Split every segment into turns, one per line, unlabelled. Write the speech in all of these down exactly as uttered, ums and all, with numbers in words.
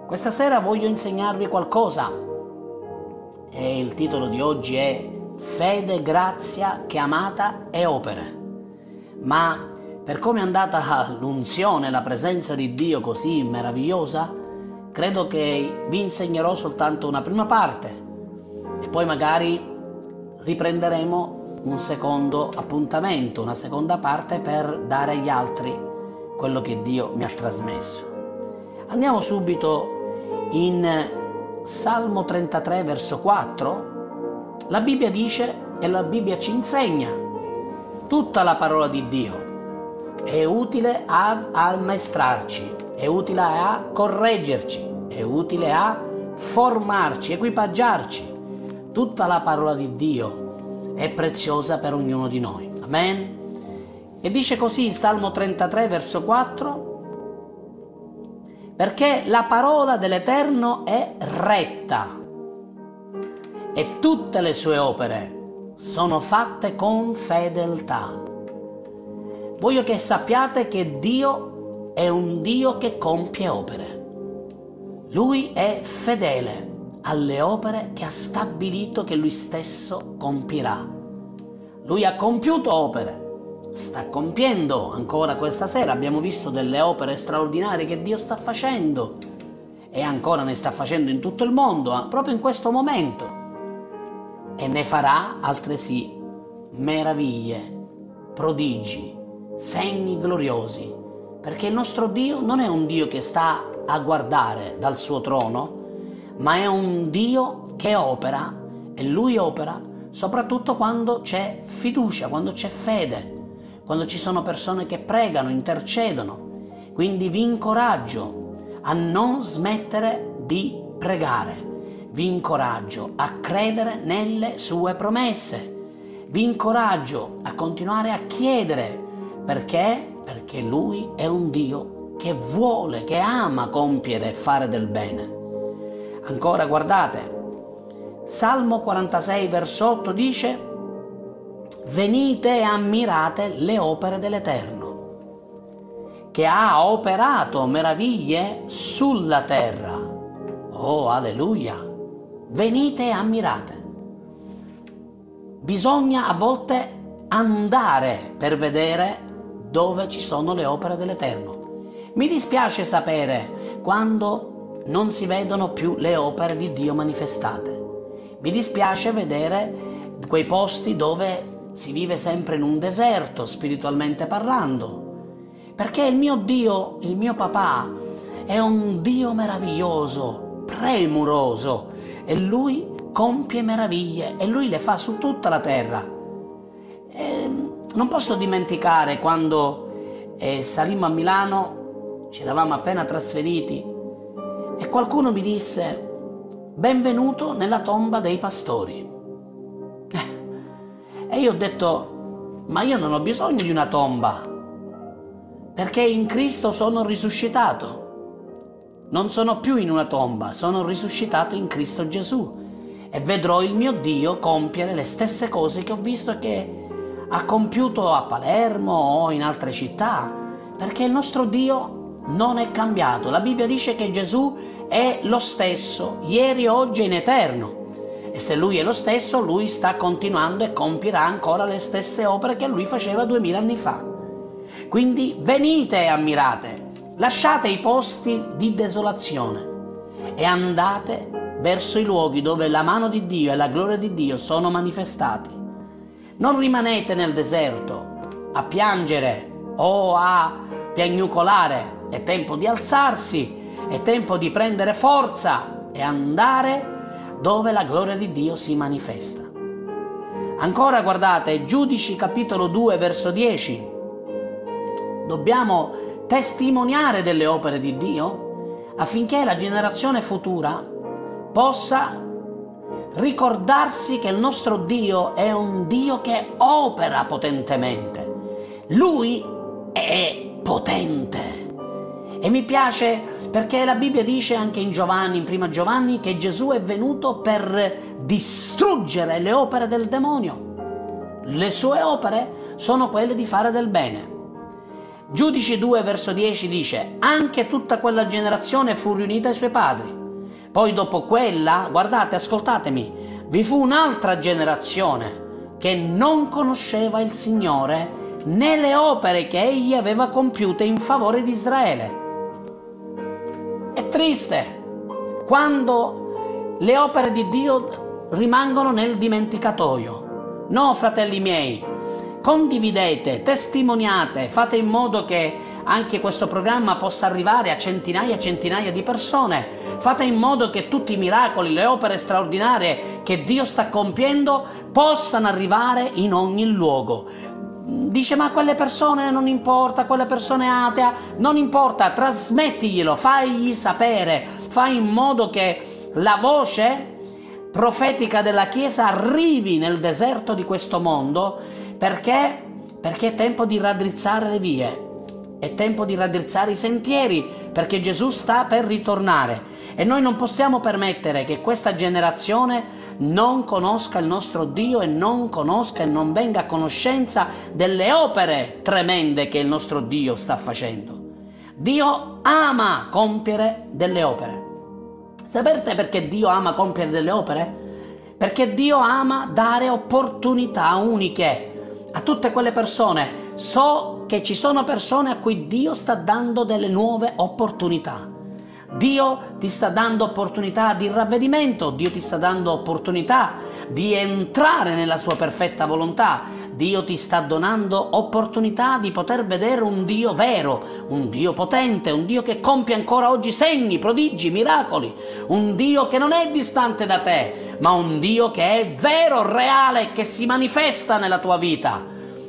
Questa sera voglio insegnarvi qualcosa e il titolo di oggi è Fede, grazia, chiamata e opere. Ma per come è andata l'unzione, la presenza di Dio così meravigliosa, credo che vi insegnerò soltanto una prima parte e poi magari riprenderemo un secondo appuntamento, una seconda parte per dare agli altri quello che Dio mi ha trasmesso. Andiamo subito in Salmo trentatré, verso quattro. La Bibbia dice, e la Bibbia ci insegna, tutta la parola di Dio è utile ad ammaestrarci, è utile a correggerci, è utile a formarci, equipaggiarci. Tutta la parola di Dio è preziosa per ognuno di noi. Amen. E dice così il Salmo trentatré, verso quattro, perché la parola dell'Eterno è retta e tutte le sue opere sono fatte con fedeltà. Voglio che sappiate che Dio è un Dio che compie opere. Lui è fedele alle opere che ha stabilito che Lui stesso compirà. Lui ha compiuto opere, sta compiendo ancora questa sera. Abbiamo visto delle opere straordinarie che Dio sta facendo e ancora ne sta facendo in tutto il mondo, proprio in questo momento. E ne farà altresì meraviglie, prodigi, segni gloriosi, perché il nostro Dio non è un Dio che sta a guardare dal suo trono, ma è un Dio che opera, e Lui opera soprattutto quando c'è fiducia, quando c'è fede, quando ci sono persone che pregano, intercedono. Quindi vi incoraggio a non smettere di pregare, vi incoraggio a credere nelle sue promesse, vi incoraggio a continuare a chiedere. Perché? Perché Lui è un Dio che vuole, che ama compiere e fare del bene. Ancora guardate, Salmo quarantasei, verso otto dice: venite e ammirate le opere dell'Eterno, che ha operato meraviglie sulla terra. Oh, alleluia! Venite e ammirate. Bisogna a volte andare per vedere dove ci sono le opere dell'Eterno. Mi dispiace sapere quando non si vedono più le opere di Dio manifestate. Mi dispiace vedere quei posti dove si vive sempre in un deserto, spiritualmente parlando, perché il mio Dio, il mio papà, è un Dio meraviglioso, premuroso, e Lui compie meraviglie e Lui le fa su tutta la terra. E non posso dimenticare quando eh, salimmo a Milano, ci eravamo appena trasferiti, e qualcuno mi disse: benvenuto nella tomba dei pastori. E io ho detto: ma io non ho bisogno di una tomba, perché in Cristo sono risuscitato. Non sono più in una tomba, sono risuscitato in Cristo Gesù e vedrò il mio Dio compiere le stesse cose che ho visto che ha compiuto a Palermo o in altre città, perché il nostro Dio non è cambiato. La Bibbia dice che Gesù è lo stesso, ieri, oggi e in eterno. E se Lui è lo stesso, Lui sta continuando e compirà ancora le stesse opere che Lui faceva duemila anni fa. Quindi venite e ammirate, lasciate i posti di desolazione e andate verso i luoghi dove la mano di Dio e la gloria di Dio sono manifestati. Non rimanete nel deserto a piangere o a piagnucolare. È tempo di alzarsi, è tempo di prendere forza e andare dove la gloria di Dio si manifesta. Ancora guardate, Giudici capitolo due, verso dieci. Dobbiamo testimoniare delle opere di Dio affinché la generazione futura possa ricordarsi che il nostro Dio è un Dio che opera potentemente. Lui è potente. E mi piace perché la Bibbia dice anche in Giovanni, in prima Giovanni, che Gesù è venuto per distruggere le opere del demonio. Le sue opere sono quelle di fare del bene. Giudici due verso dieci dice: anche tutta quella generazione fu riunita ai suoi padri. Poi dopo quella, guardate, ascoltatemi, vi fu un'altra generazione che non conosceva il Signore né le opere che egli aveva compiute in favore di Israele. È triste quando le opere di Dio rimangono nel dimenticatoio. No, fratelli miei, condividete, testimoniate, fate in modo che anche questo programma possa arrivare a centinaia e centinaia di persone. Fate in modo che tutti i miracoli, le opere straordinarie che Dio sta compiendo possano arrivare in ogni luogo. Dice: ma quelle persone non importa, quelle persone atea, non importa, trasmettiglielo, fagli sapere, fai in modo che la voce profetica della Chiesa arrivi nel deserto di questo mondo, perché? Perché è tempo di raddrizzare le vie. È tempo di raddrizzare i sentieri, perché Gesù sta per ritornare e noi non possiamo permettere che questa generazione non conosca il nostro Dio e non conosca e non venga a conoscenza delle opere tremende che il nostro Dio sta facendo. Dio ama compiere delle opere. Sapete perché Dio ama compiere delle opere? Perché Dio ama dare opportunità uniche a tutte quelle persone. So che ci sono persone a cui Dio sta dando delle nuove opportunità. Dio ti sta dando opportunità di ravvedimento, Dio ti sta dando opportunità di entrare nella sua perfetta volontà, Dio ti sta donando opportunità di poter vedere un Dio vero, un Dio potente, un Dio che compie ancora oggi segni, prodigi, miracoli, un Dio che non è distante da te, ma un Dio che è vero, reale, che si manifesta nella tua vita.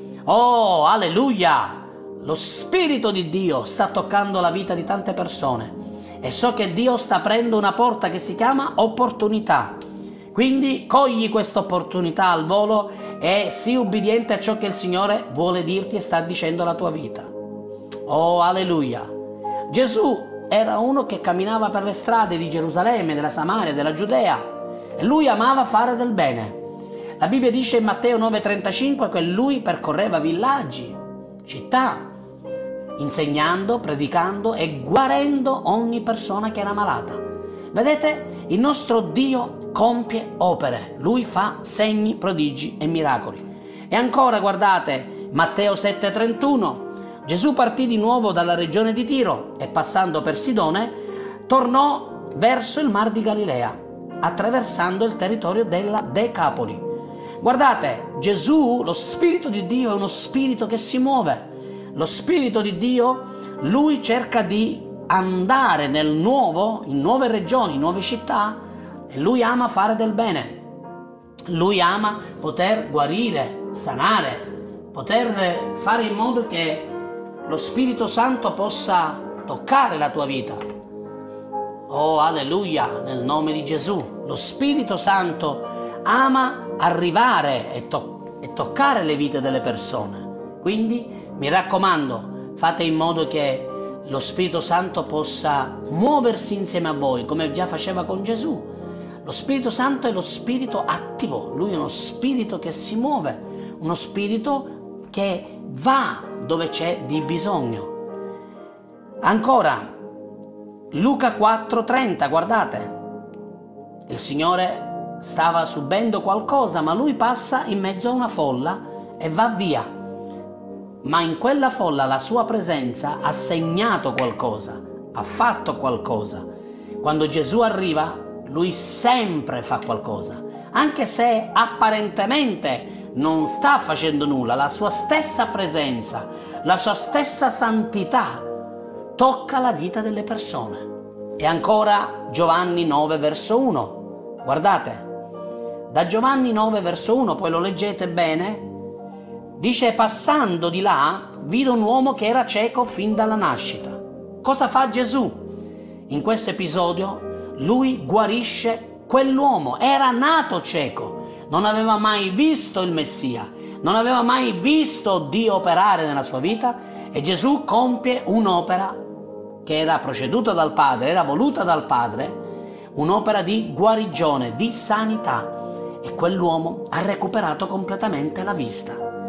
Oh, alleluia! Lo Spirito di Dio sta toccando la vita di tante persone. E so che Dio sta aprendo una porta che si chiama opportunità. Quindi cogli questa opportunità al volo e sii ubbidiente a ciò che il Signore vuole dirti e sta dicendo alla tua vita. Oh, alleluia! Gesù era uno che camminava per le strade di Gerusalemme, della Samaria, della Giudea, e lui amava fare del bene. La Bibbia dice in Matteo nove trentacinque che lui percorreva villaggi, città, insegnando, predicando e guarendo ogni persona che era malata. Vedete, il nostro Dio compie opere, Lui fa segni, prodigi e miracoli. E ancora, guardate, Matteo sette trentuno, Gesù partì di nuovo dalla regione di Tiro e passando per Sidone, tornò verso il mar di Galilea, attraversando il territorio della Decapoli. Guardate, Gesù, lo Spirito di Dio, è uno Spirito che si muove. Lo Spirito di Dio, Lui cerca di andare nel nuovo, in nuove regioni, in nuove città, e Lui ama fare del bene. Lui ama poter guarire, sanare, poter fare in modo che lo Spirito Santo possa toccare la tua vita. Oh, alleluia, nel nome di Gesù. Lo Spirito Santo ama arrivare e, to- e toccare le vite delle persone. Quindi, mi raccomando, fate in modo che lo Spirito Santo possa muoversi insieme a voi, come già faceva con Gesù. Lo Spirito Santo è lo spirito attivo, lui è uno spirito che si muove, uno spirito che va dove c'è di bisogno. Ancora, Luca quattro trenta, guardate, il Signore stava subendo qualcosa, ma lui passa in mezzo a una folla e va via. Ma in quella folla la sua presenza ha segnato qualcosa, ha fatto qualcosa. Quando Gesù arriva, lui sempre fa qualcosa, anche se apparentemente non sta facendo nulla. La sua stessa presenza, la sua stessa santità tocca la vita delle persone. E ancora Giovanni nove verso uno, guardate, da Giovanni nove verso uno, poi lo leggete bene. Dice: passando di là, vide un uomo che era cieco fin dalla nascita. Cosa fa Gesù? In questo episodio, lui guarisce quell'uomo. Era nato cieco, non aveva mai visto il Messia, non aveva mai visto Dio operare nella sua vita, e Gesù compie un'opera che era proceduta dal Padre, era voluta dal Padre, un'opera di guarigione, di sanità, e quell'uomo ha recuperato completamente la vista.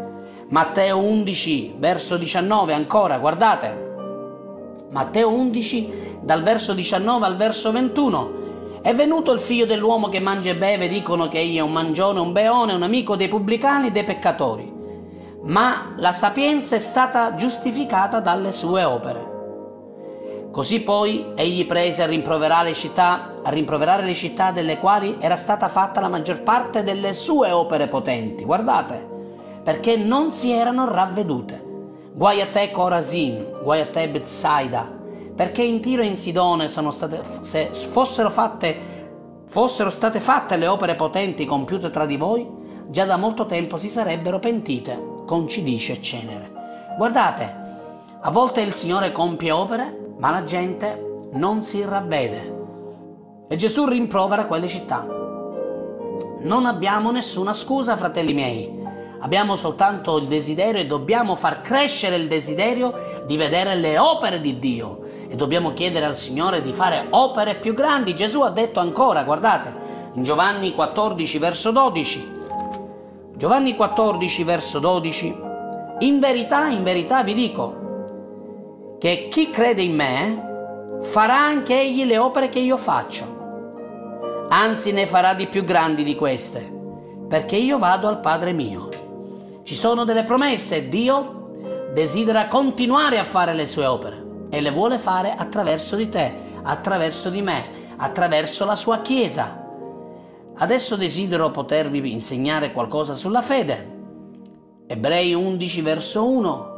Matteo undici, verso diciannove, ancora, guardate. Matteo undici, dal verso diciannove al verso ventuno. È venuto il figlio dell'uomo che mangia e beve, dicono che egli è un mangione, un beone, un amico dei pubblicani e dei peccatori. Ma la sapienza è stata giustificata dalle sue opere. Così poi egli prese a rimproverare le città, a rimproverare le città delle quali era stata fatta la maggior parte delle sue opere potenti. Guardate, perché non si erano ravvedute. Guai a te Corazin, guai a te Betsaida, perché in Tiro e in Sidone sono state, se fossero fatte, fossero state fatte le opere potenti compiute tra di voi, già da molto tempo si sarebbero pentite con cilice e cenere. Guardate, a volte il Signore compie opere, ma la gente non si ravvede. E Gesù rimprovera quelle città. Non abbiamo nessuna scusa, fratelli miei. Abbiamo soltanto il desiderio e dobbiamo far crescere il desiderio di vedere le opere di Dio e dobbiamo chiedere al Signore di fare opere più grandi. Gesù ha detto ancora, guardate, in Giovanni quattordici verso dodici. Giovanni quattordici verso dodici. In verità, in verità vi dico che chi crede in me farà anche egli le opere che io faccio. Anzi, ne farà di più grandi di queste, perché io vado al Padre mio. Ci sono delle promesse, Dio desidera continuare a fare le sue opere e le vuole fare attraverso di te, attraverso di me, attraverso la sua Chiesa. Adesso desidero potervi insegnare qualcosa sulla fede. Ebrei undici verso uno.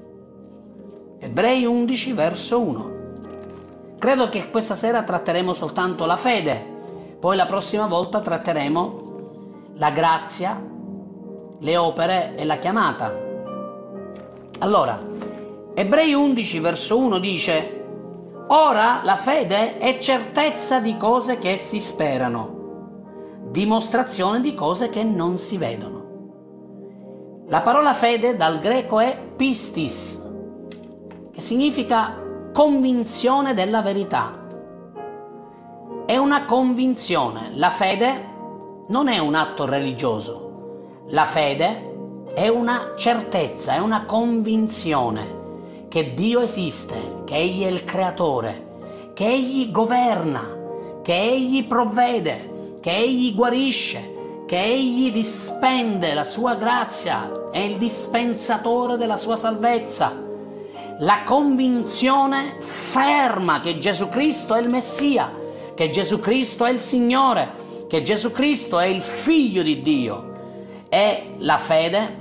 Ebrei undici verso uno. Credo che questa sera tratteremo soltanto la fede, poi la prossima volta tratteremo la grazia, le opere e la chiamata. Allora, Ebrei undici verso uno dice: ora la fede è certezza di cose che si sperano, dimostrazione di cose che non si vedono. La parola fede dal greco è pistis, che significa convinzione della verità. È una convinzione. La fede non è un atto religioso. La fede è una certezza, è una convinzione che Dio esiste, che Egli è il Creatore, che Egli governa, che Egli provvede, che Egli guarisce, che Egli dispende la sua grazia, è il dispensatore della sua salvezza. La convinzione ferma che Gesù Cristo è il Messia, che Gesù Cristo è il Signore, che Gesù Cristo è il Figlio di Dio. E la fede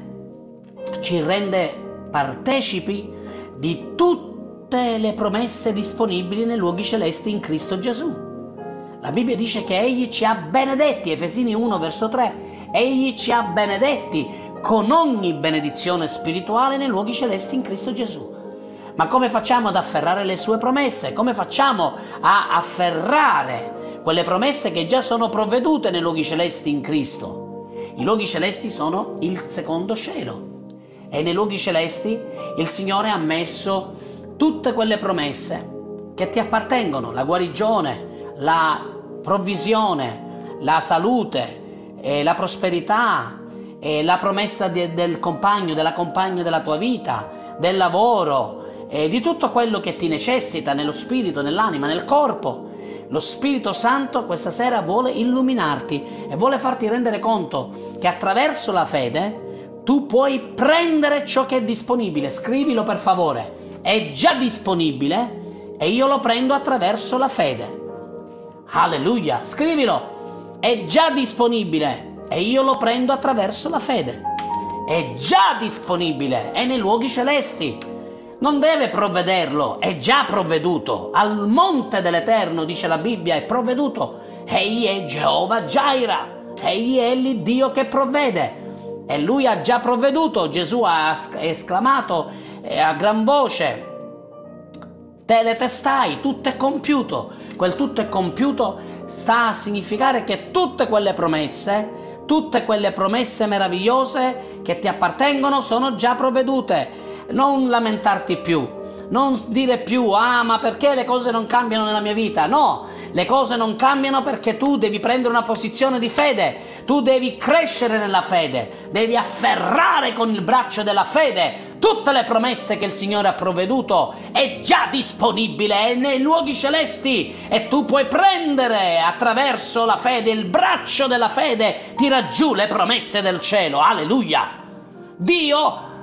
ci rende partecipi di tutte le promesse disponibili nei luoghi celesti in Cristo Gesù. La Bibbia dice che Egli ci ha benedetti, Efesini uno verso tre, Egli ci ha benedetti con ogni benedizione spirituale nei luoghi celesti in Cristo Gesù. Ma come facciamo ad afferrare le sue promesse? Come facciamo a afferrare quelle promesse che già sono provvedute nei luoghi celesti in Cristo? I luoghi celesti sono il secondo cielo e nei luoghi celesti il Signore ha messo tutte quelle promesse che ti appartengono: la guarigione, la provvisione, la salute, eh, la prosperità, eh, la promessa de- del compagno, della compagna della tua vita, del lavoro, eh, di tutto quello che ti necessita nello spirito, nell'anima, nel corpo. Lo Spirito Santo questa sera vuole illuminarti e vuole farti rendere conto che attraverso la fede tu puoi prendere ciò che è disponibile. Scrivilo per favore, è già disponibile e io lo prendo attraverso la fede. Alleluia, scrivilo, è già disponibile e io lo prendo attraverso la fede. È già disponibile, è nei luoghi celesti. Non deve provvederlo, è già provveduto. Al monte dell'Eterno, dice la Bibbia, è provveduto. Egli è Jehovah Jireh, egli è l'Iddio che provvede. E lui ha già provveduto. Gesù ha esclamato a gran voce: teletestai, tutto è compiuto. Quel tutto è compiuto sta a significare che tutte quelle promesse, tutte quelle promesse meravigliose che ti appartengono sono già provvedute. Non lamentarti più, non dire più: ah, ma perché le cose non cambiano nella mia vita? No, le cose non cambiano perché tu devi prendere una posizione di fede. Tu devi crescere nella fede, devi afferrare con il braccio della fede tutte le promesse che il Signore ha provveduto. È già disponibile, è nei luoghi celesti e tu puoi prendere attraverso la fede, il braccio della fede tira giù le promesse del cielo. Alleluia! Dio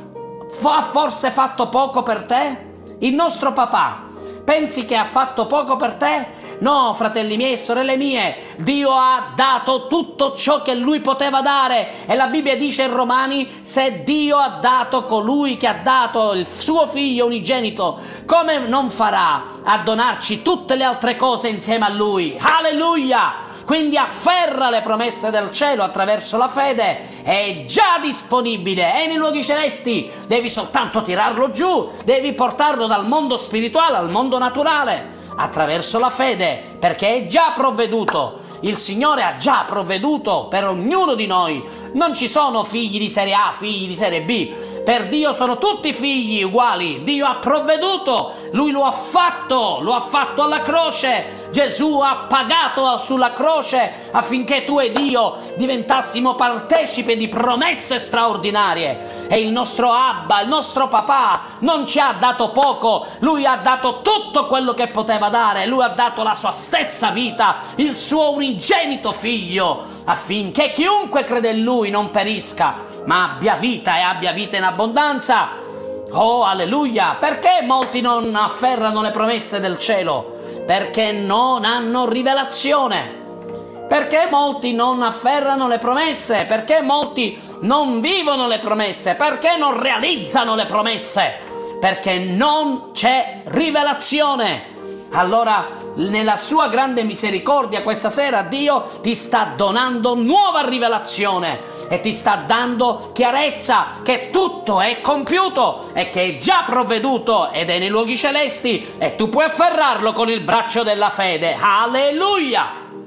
ha forse fatto poco per te? Il nostro papà, pensi che ha fatto poco per te? No, fratelli miei e sorelle mie, Dio ha dato tutto ciò che Lui poteva dare. E la Bibbia dice in Romani: se Dio ha dato colui che ha dato il suo figlio unigenito, come non farà a donarci tutte le altre cose insieme a Lui? Alleluia! Quindi afferra le promesse del cielo attraverso la fede, è già disponibile, è nei luoghi celesti, devi soltanto tirarlo giù, devi portarlo dal mondo spirituale al mondo naturale attraverso la fede, perché è già provveduto. Il Signore ha già provveduto per ognuno di noi. Non ci sono figli di serie A, figli di serie B. Per Dio sono tutti figli uguali. Dio ha provveduto, Lui lo ha fatto, lo ha fatto alla croce. Gesù ha pagato sulla croce affinché tu ed io diventassimo partecipi di promesse straordinarie. E il nostro Abba, il nostro papà non ci ha dato poco, Lui ha dato tutto quello che poteva dare. Lui ha dato la sua stessa vita, il suo unigenito figlio, affinché chiunque crede in Lui non perisca, ma abbia vita e abbia vita in abbondanza. Oh, alleluia! Perché molti non afferrano le promesse del cielo? Perché non hanno rivelazione. Perché molti non afferrano le promesse? Perché molti non vivono le promesse? Perché non realizzano le promesse? Perché non c'è rivelazione. Allora, nella sua grande misericordia, questa sera Dio ti sta donando nuova rivelazione e ti sta dando chiarezza che tutto è compiuto e che è già provveduto ed è nei luoghi celesti e tu puoi afferrarlo con il braccio della fede. Alleluia!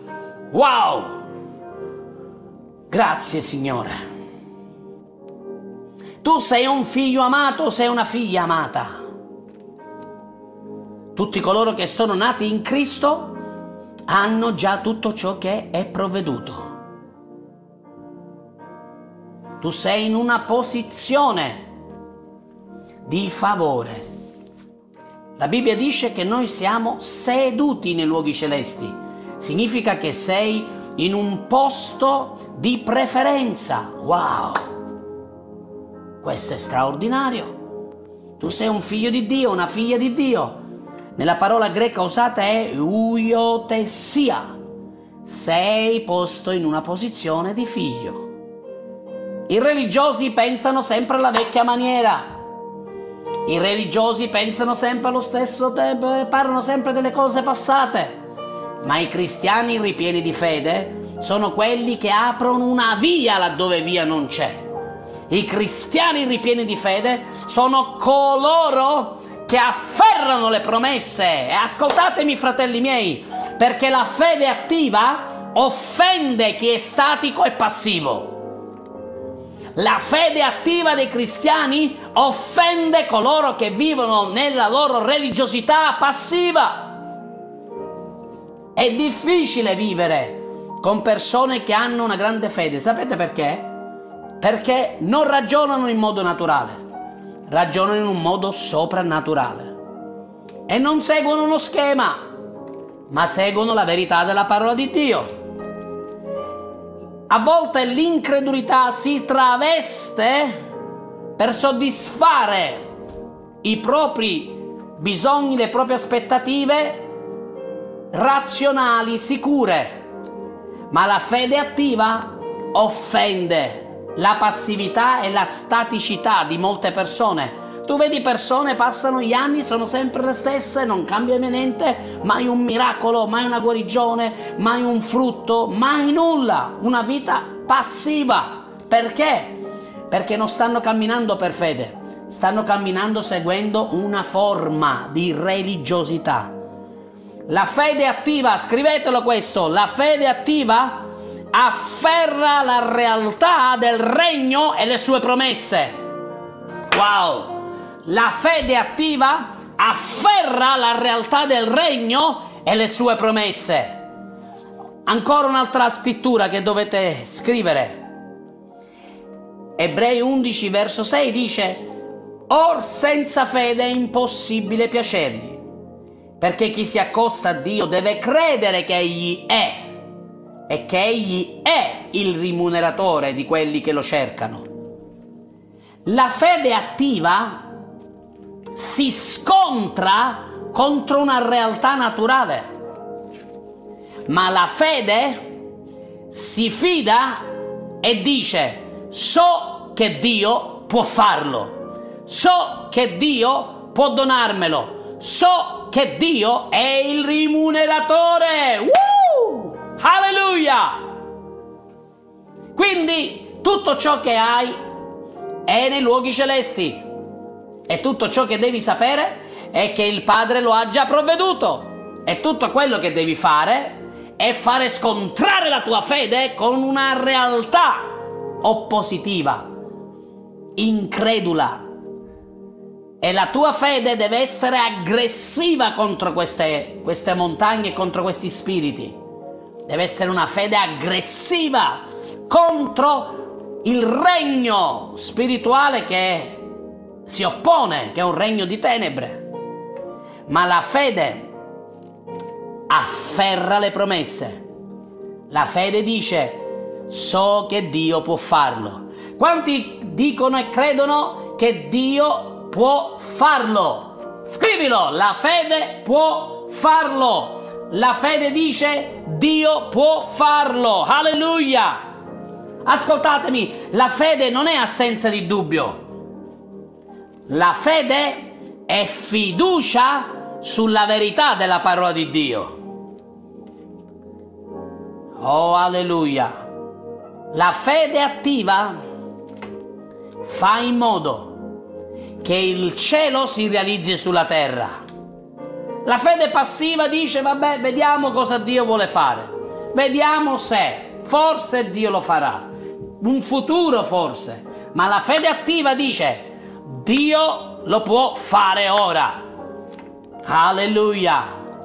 Wow! Grazie, Signore. Tu sei un figlio amato, sei una figlia amata. Tutti coloro che sono nati in Cristo hanno già tutto ciò che è provveduto. Tu sei in una posizione di favore. La Bibbia dice che noi siamo seduti nei luoghi celesti. Significa che sei in un posto di preferenza. Wow! Questo è straordinario. Tu sei un figlio di Dio, una figlia di Dio. Nella parola greca usata è huiotessia. Sei posto in una posizione di figlio. I religiosi pensano sempre alla vecchia maniera. I religiosi pensano sempre allo stesso tempo e parlano sempre delle cose passate. Ma i cristiani ripieni di fede sono quelli che aprono una via laddove via non c'è. I cristiani ripieni di fede sono coloro che afferrano le promesse. E ascoltatemi, fratelli miei, perché la fede attiva offende chi è statico e passivo. La fede attiva dei cristiani offende coloro che vivono nella loro religiosità passiva. È difficile vivere con persone che hanno una grande fede. Sapete perché? Perché non ragionano in modo naturale. Ragionano in un modo soprannaturale e non seguono uno schema, ma seguono la verità della parola di Dio. A volte l'incredulità si traveste per soddisfare i propri bisogni, le proprie aspettative razionali, sicure, ma la fede attiva offende la passività e la staticità di molte persone. Tu vedi persone, passano gli anni, sono sempre le stesse, non cambia niente, mai un miracolo, mai una guarigione, mai un frutto, mai nulla. Una vita passiva. Perché? Perché non stanno camminando per fede, stanno camminando seguendo una forma di religiosità. La fede attiva, scrivetelo questo, la fede attiva afferra la realtà del regno e le sue promesse. Wow! La fede attiva afferra la realtà del regno e le sue promesse. Ancora un'altra scrittura che dovete scrivere. Ebrei undici verso sei dice: or senza fede è impossibile piacergli, perché chi si accosta a Dio deve credere che Egli è e che Egli è il rimuneratore di quelli che lo cercano. La fede attiva si scontra contro una realtà naturale, ma la fede si fida e dice: so che Dio può farlo, so che Dio può donarmelo, so che Dio è il rimuneratore. Woo! Alleluia! Quindi tutto ciò che hai è nei luoghi celesti, e tutto ciò che devi sapere è che il Padre lo ha già provveduto, e tutto quello che devi fare è fare scontrare la tua fede con una realtà oppositiva, incredula, e la tua fede deve essere aggressiva contro queste, queste montagne e contro questi spiriti. Deve essere una fede aggressiva contro il regno spirituale che si oppone, che è un regno di tenebre. Ma la fede afferra le promesse. La fede dice: so che Dio può farlo. Quanti dicono e credono che Dio può farlo? Scrivilo: la fede può farlo. La fede dice: Dio può farlo. Alleluia! Ascoltatemi, la fede non è assenza di dubbio. La fede è fiducia sulla verità della parola di Dio. Oh, alleluia! La fede attiva fa in modo che il cielo si realizzi sulla terra. La fede passiva dice: vabbè, vediamo cosa Dio vuole fare, vediamo se, forse Dio lo farà, un futuro forse. Ma la fede attiva dice: Dio lo può fare ora. Alleluia.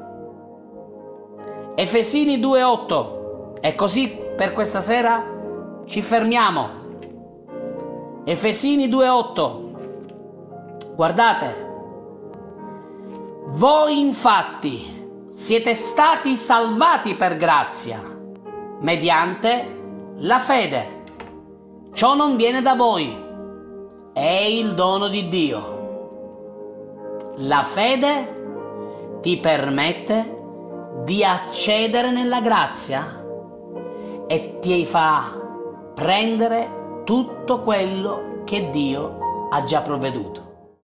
Efesini due otto. E così per questa sera ci fermiamo. Efesini due otto. Guardate: voi infatti siete stati salvati per grazia, mediante la fede. Ciò non viene da voi, è il dono di Dio. La fede ti permette di accedere nella grazia e ti fa prendere tutto quello che Dio ha già provveduto.